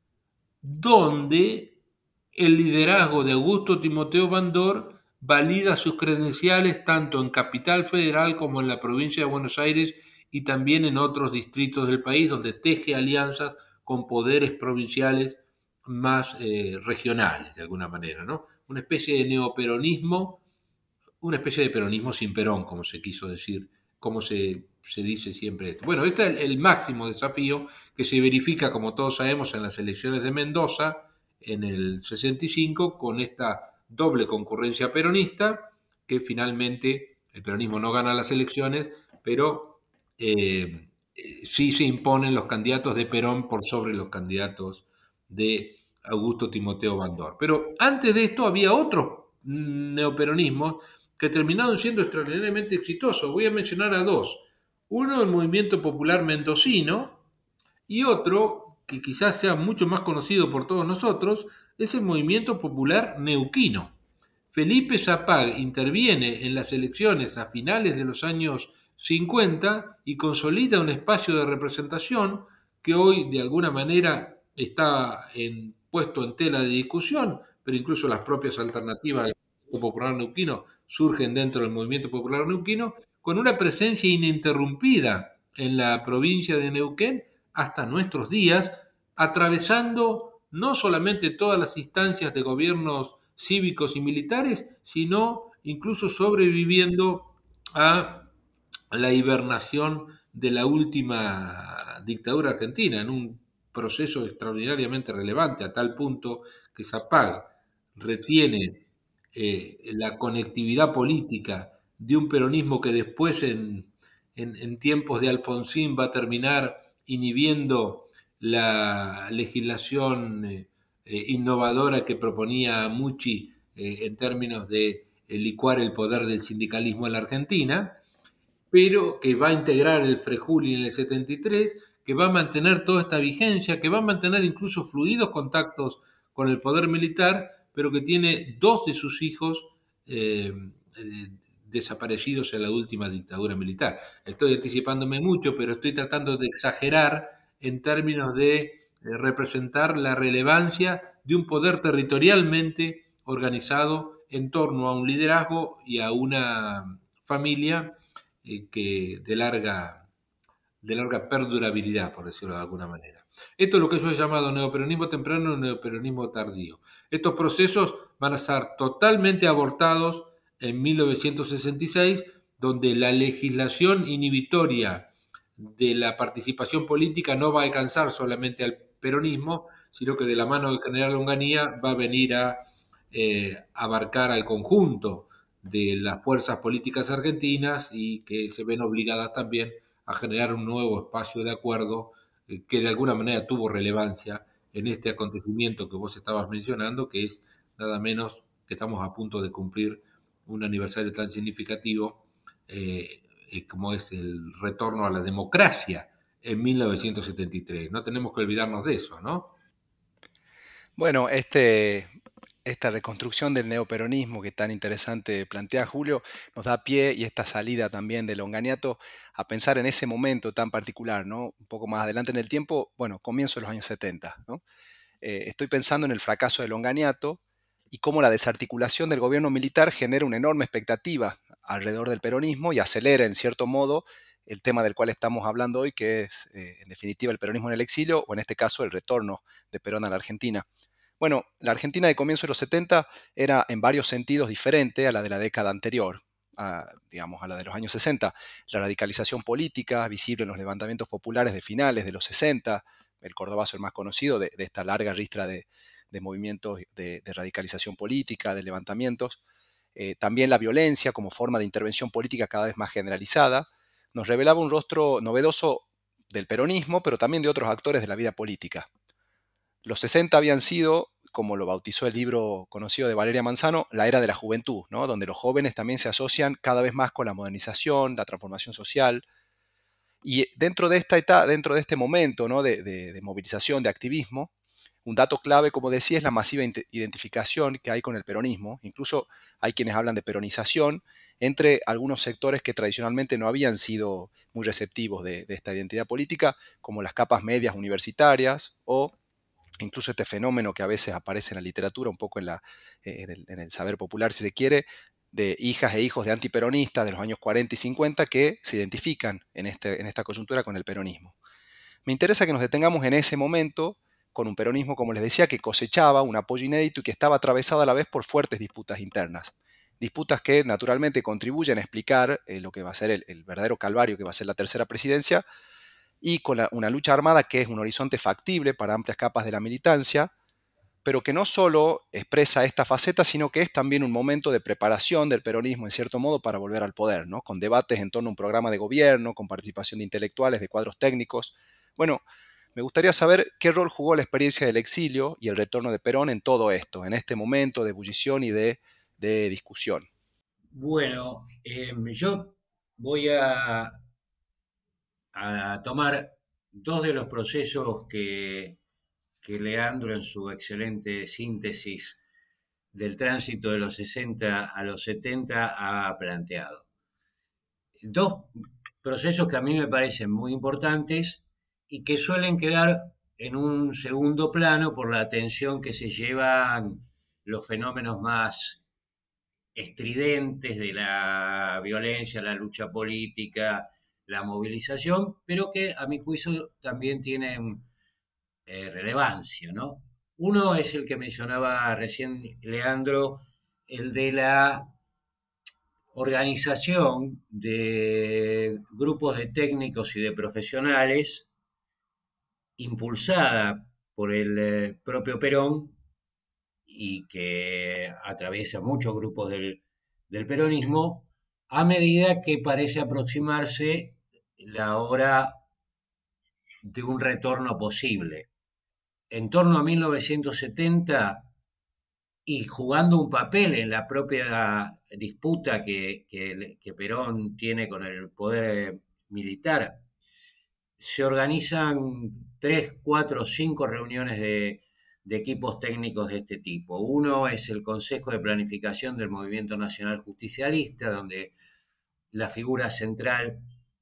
donde el liderazgo de Augusto Timoteo Bandor valida sus credenciales tanto en Capital Federal como en la provincia de Buenos Aires y también en otros distritos del país, donde teje alianzas con poderes provinciales más eh, regionales, de alguna manera, ¿no? Una especie de neoperonismo, una especie de peronismo sin Perón, como se quiso decir, como se, se dice siempre esto. Bueno, este es el, el máximo desafío que se verifica, como todos sabemos, en las elecciones de Mendoza en el sesenta y cinco, con esta doble concurrencia peronista, que finalmente el peronismo no gana las elecciones, pero eh, sí se imponen los candidatos de Perón por sobre los candidatos de Augusto Timoteo Bandor. Pero antes de esto había otros neoperonismos que terminaron siendo extraordinariamente exitosos. Voy a mencionar a dos. Uno, el Movimiento Popular Mendocino, y otro, que quizás sea mucho más conocido por todos nosotros, es el Movimiento Popular Neuquino. Felipe Zapag interviene en las elecciones a finales de los años cincuenta y consolida un espacio de representación que hoy de alguna manera está en, puesto en tela de discusión, pero incluso las propias alternativas del Movimiento Popular Neuquino surgen dentro del Movimiento Popular Neuquino, con una presencia ininterrumpida en la provincia de Neuquén hasta nuestros días, atravesando no solamente todas las instancias de gobiernos cívicos y militares, sino incluso sobreviviendo a la hibernación de la última dictadura argentina, en un proceso extraordinariamente relevante, a tal punto que ZAPAC retiene eh, la conectividad política de un peronismo que después en, en, en tiempos de Alfonsín va a terminar inhibiendo la legislación eh, eh, innovadora que proponía Mucci eh, en términos de eh, licuar el poder del sindicalismo en la Argentina, pero que va a integrar el Frejuli en el setenta y tres, que va a mantener toda esta vigencia, que va a mantener incluso fluidos contactos con el poder militar, pero que tiene dos de sus hijos eh, eh, desaparecidos en la última dictadura militar. Estoy anticipándome mucho, pero estoy tratando de exagerar en términos de eh, representar la relevancia de un poder territorialmente organizado en torno a un liderazgo y a una familia eh, que de larga, de larga perdurabilidad, por decirlo de alguna manera. Esto es lo que yo he llamado neoperonismo temprano y neoperonismo tardío. Estos procesos van a estar totalmente abortados en mil novecientos sesenta y seis, donde la legislación inhibitoria de la participación política no va a alcanzar solamente al peronismo, sino que de la mano del general Onganía va a venir a eh, abarcar al conjunto de las fuerzas políticas argentinas y que se ven obligadas también a generar un nuevo espacio de acuerdo eh, que de alguna manera tuvo relevancia en este acontecimiento que vos estabas mencionando, que es nada menos que estamos a punto de cumplir un aniversario tan significativo eh, eh, como es el retorno a la democracia en mil novecientos setenta y tres. No tenemos que olvidarnos de eso, ¿no? Bueno, este, esta reconstrucción del neoperonismo que tan interesante plantea Julio nos da pie, y esta salida también del Onganiato, a pensar en ese momento tan particular, ¿no? Un poco más adelante en el tiempo, bueno, comienzo de los años setenta, ¿no? Eh, estoy pensando en el fracaso del Onganiato y cómo la desarticulación del gobierno militar genera una enorme expectativa alrededor del peronismo y acelera, en cierto modo, el tema del cual estamos hablando hoy, que es, eh, en definitiva, el peronismo en el exilio, o en este caso, el retorno de Perón a la Argentina. Bueno, la Argentina de comienzo de los setenta era en varios sentidos diferente a la de la década anterior, a, digamos, a la de los años sesenta. La radicalización política, visible en los levantamientos populares de finales de los sesenta, el Cordobazo el más conocido, de, de esta larga ristra de, de movimientos de, de radicalización política, de levantamientos. Eh, también la violencia como forma de intervención política cada vez más generalizada, nos revelaba un rostro novedoso del peronismo, pero también de otros actores de la vida política. Los sesenta habían sido, como lo bautizó el libro conocido de Valeria Manzano, la era de la juventud, ¿no? Donde los jóvenes también se asocian cada vez más con la modernización, la transformación social. Y dentro de, esta etapa, dentro de este momento, ¿no? de, de, de movilización, de activismo, un dato clave, como decía, es la masiva identificación que hay con el peronismo. Incluso hay quienes hablan de peronización entre algunos sectores que tradicionalmente no habían sido muy receptivos de, de esta identidad política, como las capas medias universitarias, o incluso este fenómeno que a veces aparece en la literatura, un poco en, la, en, el, en el saber popular, si se quiere, de hijas e hijos de antiperonistas de los años cuarenta y cincuenta que se identifican en, este, en esta coyuntura con el peronismo. Me interesa que nos detengamos en ese momento con un peronismo, como les decía, que cosechaba un apoyo inédito y que estaba atravesado a la vez por fuertes disputas internas. Disputas que naturalmente contribuyen a explicar eh, lo que va a ser el, el verdadero calvario que va a ser la tercera presidencia, y con la, una lucha armada que es un horizonte factible para amplias capas de la militancia, pero que no solo expresa esta faceta, sino que es también un momento de preparación del peronismo, en cierto modo, para volver al poder, ¿no? Con debates en torno a un programa de gobierno, con participación de intelectuales, de cuadros técnicos. Bueno, me gustaría saber qué rol jugó la experiencia del exilio y el retorno de Perón en todo esto, en este momento de ebullición y de, de discusión. Bueno, eh, yo voy a, a tomar dos de los procesos que, que Leandro en su excelente síntesis del tránsito de los sesenta a los setenta ha planteado. Dos procesos que a mí me parecen muy importantes y que suelen quedar en un segundo plano por la atención que se llevan los fenómenos más estridentes de la violencia, la lucha política, la movilización, pero que a mi juicio también tienen eh, relevancia, ¿no? Uno es el que mencionaba recién Leandro, el de la organización de grupos de técnicos y de profesionales impulsada por el eh, propio Perón y que atraviesa muchos grupos del, del peronismo, a medida que parece aproximarse la hora de un retorno posible. En torno a mil novecientos setenta, y jugando un papel en la propia disputa que, que, que Perón tiene con el poder militar, se organizan tres, cuatro, cinco reuniones de, de equipos técnicos de este tipo. Uno es el Consejo de Planificación del Movimiento Nacional Justicialista, donde la figura central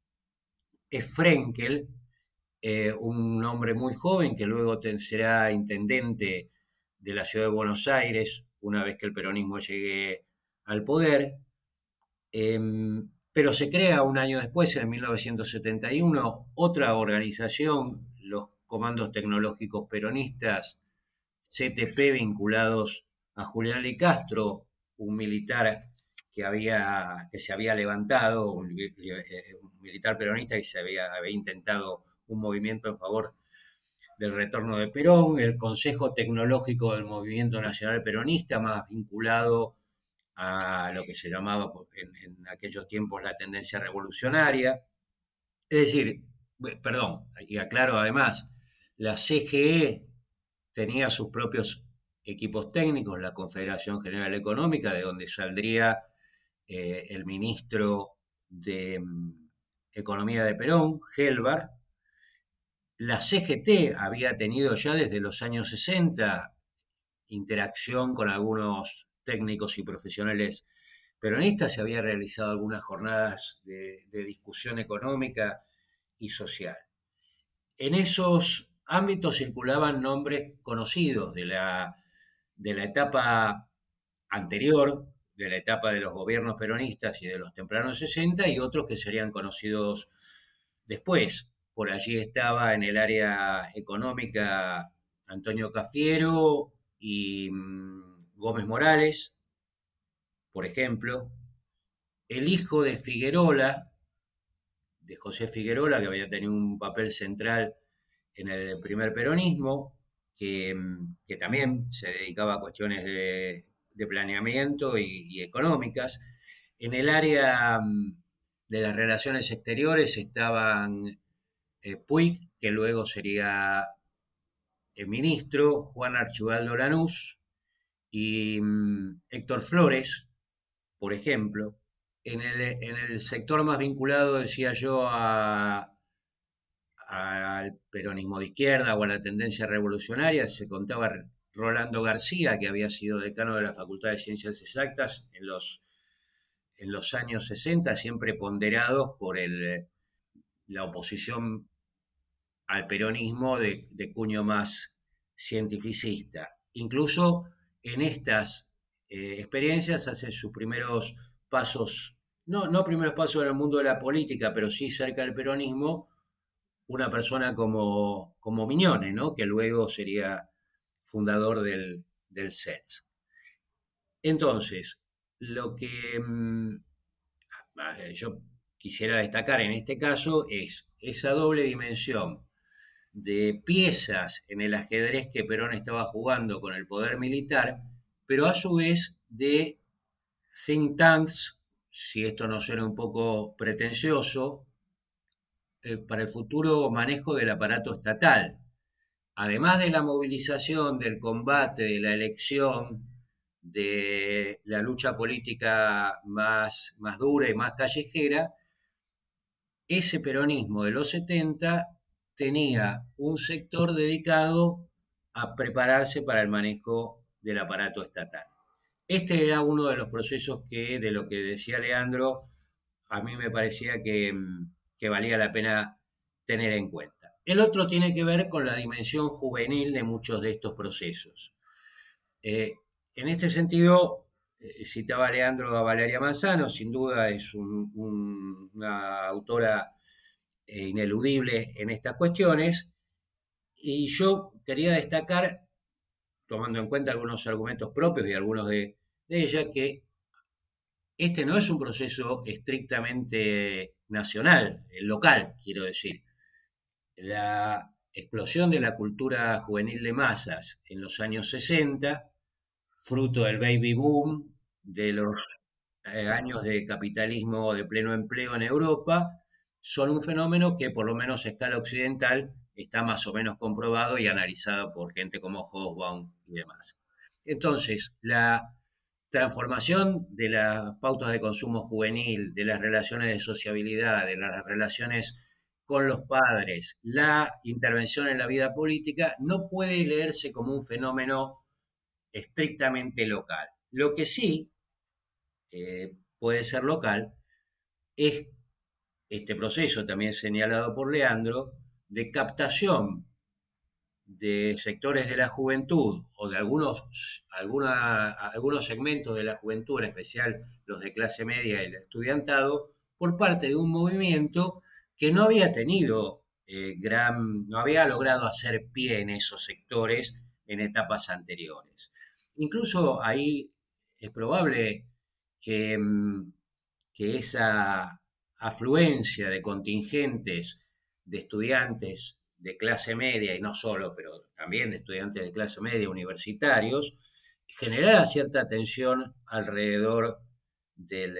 es Frenkel, eh, un hombre muy joven que luego será intendente de la ciudad de Buenos Aires una vez que el peronismo llegue al poder. Eh, pero se crea un año después, en mil novecientos setenta y uno, otra organización, los Comandos Tecnológicos Peronistas, C T P, vinculados a Julián Le Castro, un militar que, había, que se había levantado, un, un militar peronista que se había, había intentado un movimiento en favor del retorno de Perón, el Consejo Tecnológico del Movimiento Nacional Peronista, más vinculado a lo que se llamaba en, en aquellos tiempos la tendencia revolucionaria. Es decir, perdón, y aclaro además, la C G E tenía sus propios equipos técnicos, la Confederación General Económica, de donde saldría eh, el ministro de um, Economía de Perón, Gelbar. La C G T había tenido ya desde los años sesenta interacción con algunos técnicos y profesionales peronistas, se había realizado algunas jornadas de, de discusión económica y social. En esos ámbitos circulaban nombres conocidos de la, de la etapa anterior, de la etapa de los gobiernos peronistas y de los tempranos sesenta, y otros que serían conocidos después. Por allí estaba en el área económica Antonio Cafiero y um, Gómez Morales, por ejemplo. El hijo de Figuerola, de José Figuerola, que había tenido un papel central en el primer peronismo, que, que también se dedicaba a cuestiones de, de planeamiento y, y económicas. En el área de las relaciones exteriores estaban eh, Puig, que luego sería el ministro, Juan Archibaldo Lanús y um, Héctor Flores, por ejemplo. En el, en el sector más vinculado, decía yo, a, al peronismo de izquierda o a la tendencia revolucionaria, se contaba Rolando García, que había sido decano de la Facultad de Ciencias Exactas en los, en los años sesenta, siempre ponderados por el, la oposición al peronismo de, de cuño más cientificista. Incluso en estas eh, experiencias hace sus primeros pasos, no, no primeros pasos en el mundo de la política, pero sí cerca del peronismo, una persona como, como Miñone, ¿no? Que luego sería fundador del, del C E N S. Entonces, lo que mmm, yo quisiera destacar en este caso es esa doble dimensión de piezas en el ajedrez que Perón estaba jugando con el poder militar, pero a su vez de think tanks, si esto no suena un poco pretencioso, eh, para el futuro manejo del aparato estatal. Además de la movilización, del combate, de la elección, de la lucha política más, más dura y más callejera, ese peronismo de los setenta tenía un sector dedicado a prepararse para el manejo del aparato estatal. Este era uno de los procesos que, de lo que decía Leandro, a mí me parecía que, que valía la pena tener en cuenta. El otro tiene que ver con la dimensión juvenil de muchos de estos procesos. Eh, en este sentido, eh, citaba Leandro a Valeria Manzano, sin duda es un, un, una autora eh, ineludible en estas cuestiones, y yo quería destacar tomando en cuenta algunos argumentos propios y algunos de, de ella, que este no es un proceso estrictamente nacional, local, quiero decir. La explosión de la cultura juvenil de masas en los años sesenta, fruto del baby boom, de los eh, años de capitalismo de pleno empleo en Europa, son un fenómeno que por lo menos a escala occidental está más o menos comprobado y analizado por gente como Hobsbawm y demás. Entonces, la transformación de las pautas de consumo juvenil, de las relaciones de sociabilidad, de las relaciones con los padres, la intervención en la vida política, no puede leerse como un fenómeno estrictamente local. Lo que sí eh, puede ser local es este proceso, también señalado por Leandro, de captación de sectores de la juventud o de algunos, alguna, algunos segmentos de la juventud, en especial los de clase media y el estudiantado, por parte de un movimiento que no había tenido eh, gran, no había logrado hacer pie en esos sectores en etapas anteriores. Incluso ahí es probable que, que esa afluencia de contingentes de estudiantes de clase media, y no solo, pero también de estudiantes de clase media universitarios, generara cierta tensión alrededor del,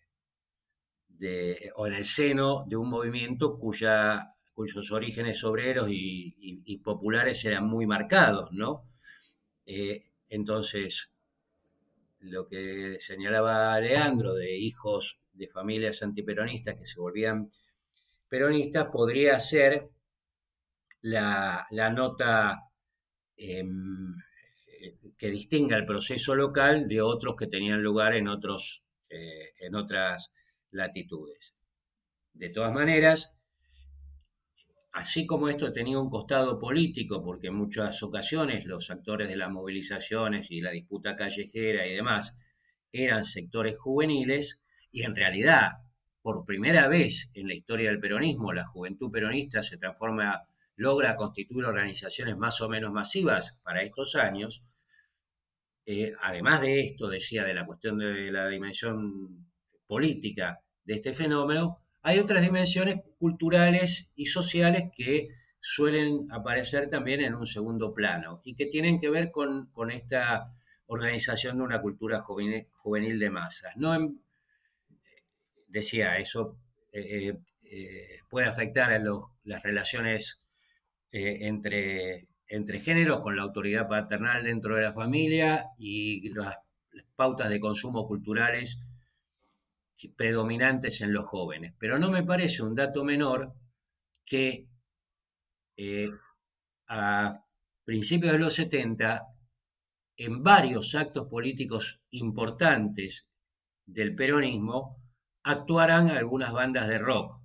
de, o en el seno de un movimiento cuya, cuyos orígenes obreros y, y, y populares eran muy marcados, ¿no? Eh, entonces, lo que señalaba Leandro de hijos de familias antiperonistas que se volvían peronistas podría ser La, la nota eh, que distinga el proceso local de otros que tenían lugar en, otros, eh, en otras latitudes. De todas maneras, así como esto tenía un costado político, porque en muchas ocasiones los actores de las movilizaciones y la disputa callejera y demás eran sectores juveniles, y en realidad, por primera vez en la historia del peronismo, la juventud peronista se transforma logra constituir organizaciones más o menos masivas para estos años. Eh, además de esto, decía, de la cuestión de la dimensión política de este fenómeno, hay otras dimensiones culturales y sociales que suelen aparecer también en un segundo plano y que tienen que ver con, con esta organización de una cultura juvenil, juvenil de masas. No en, decía, eso eh, eh, puede afectar a los, las relaciones Eh, entre, entre géneros, con la autoridad paternal dentro de la familia y las, las pautas de consumo culturales predominantes en los jóvenes. Pero no me parece un dato menor que eh, a principios de los setenta, en varios actos políticos importantes del peronismo, actuaran algunas bandas de rock.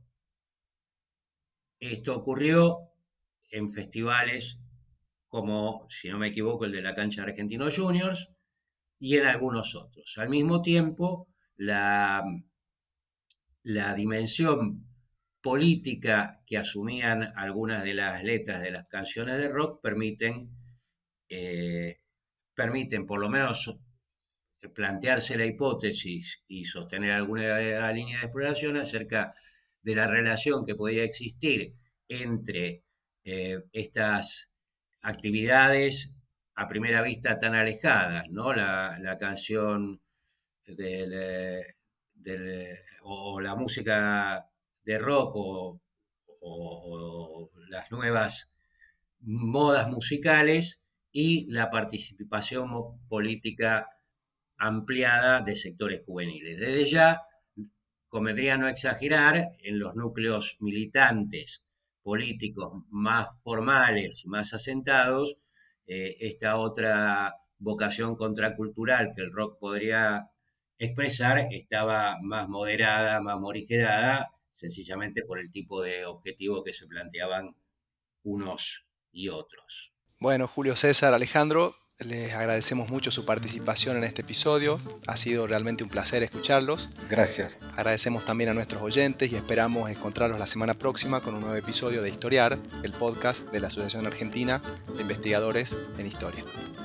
Esto ocurrió en festivales como, si no me equivoco, el de la cancha de Argentinos Juniors y en algunos otros. Al mismo tiempo, la, la dimensión política que asumían algunas de las letras de las canciones de rock permiten, eh, permiten por lo menos plantearse la hipótesis y sostener alguna línea de exploración acerca de la relación que podía existir entre Eh, estas actividades a primera vista tan alejadas, ¿no? La, la canción del, del, o la música de rock o, o, o las nuevas modas musicales y la participación política ampliada de sectores juveniles. Desde ya, convendría no exagerar en los núcleos militantes políticos más formales y más asentados, eh, esta otra vocación contracultural que el rock podría expresar estaba más moderada, más morigerada, sencillamente por el tipo de objetivo que se planteaban unos y otros. Bueno, Julio César, Alejandro, les agradecemos mucho su participación en este episodio. Ha sido realmente un placer escucharlos. Gracias. Agradecemos también a nuestros oyentes y esperamos encontrarlos la semana próxima con un nuevo episodio de Historiar, el podcast de la Asociación Argentina de Investigadores en Historia.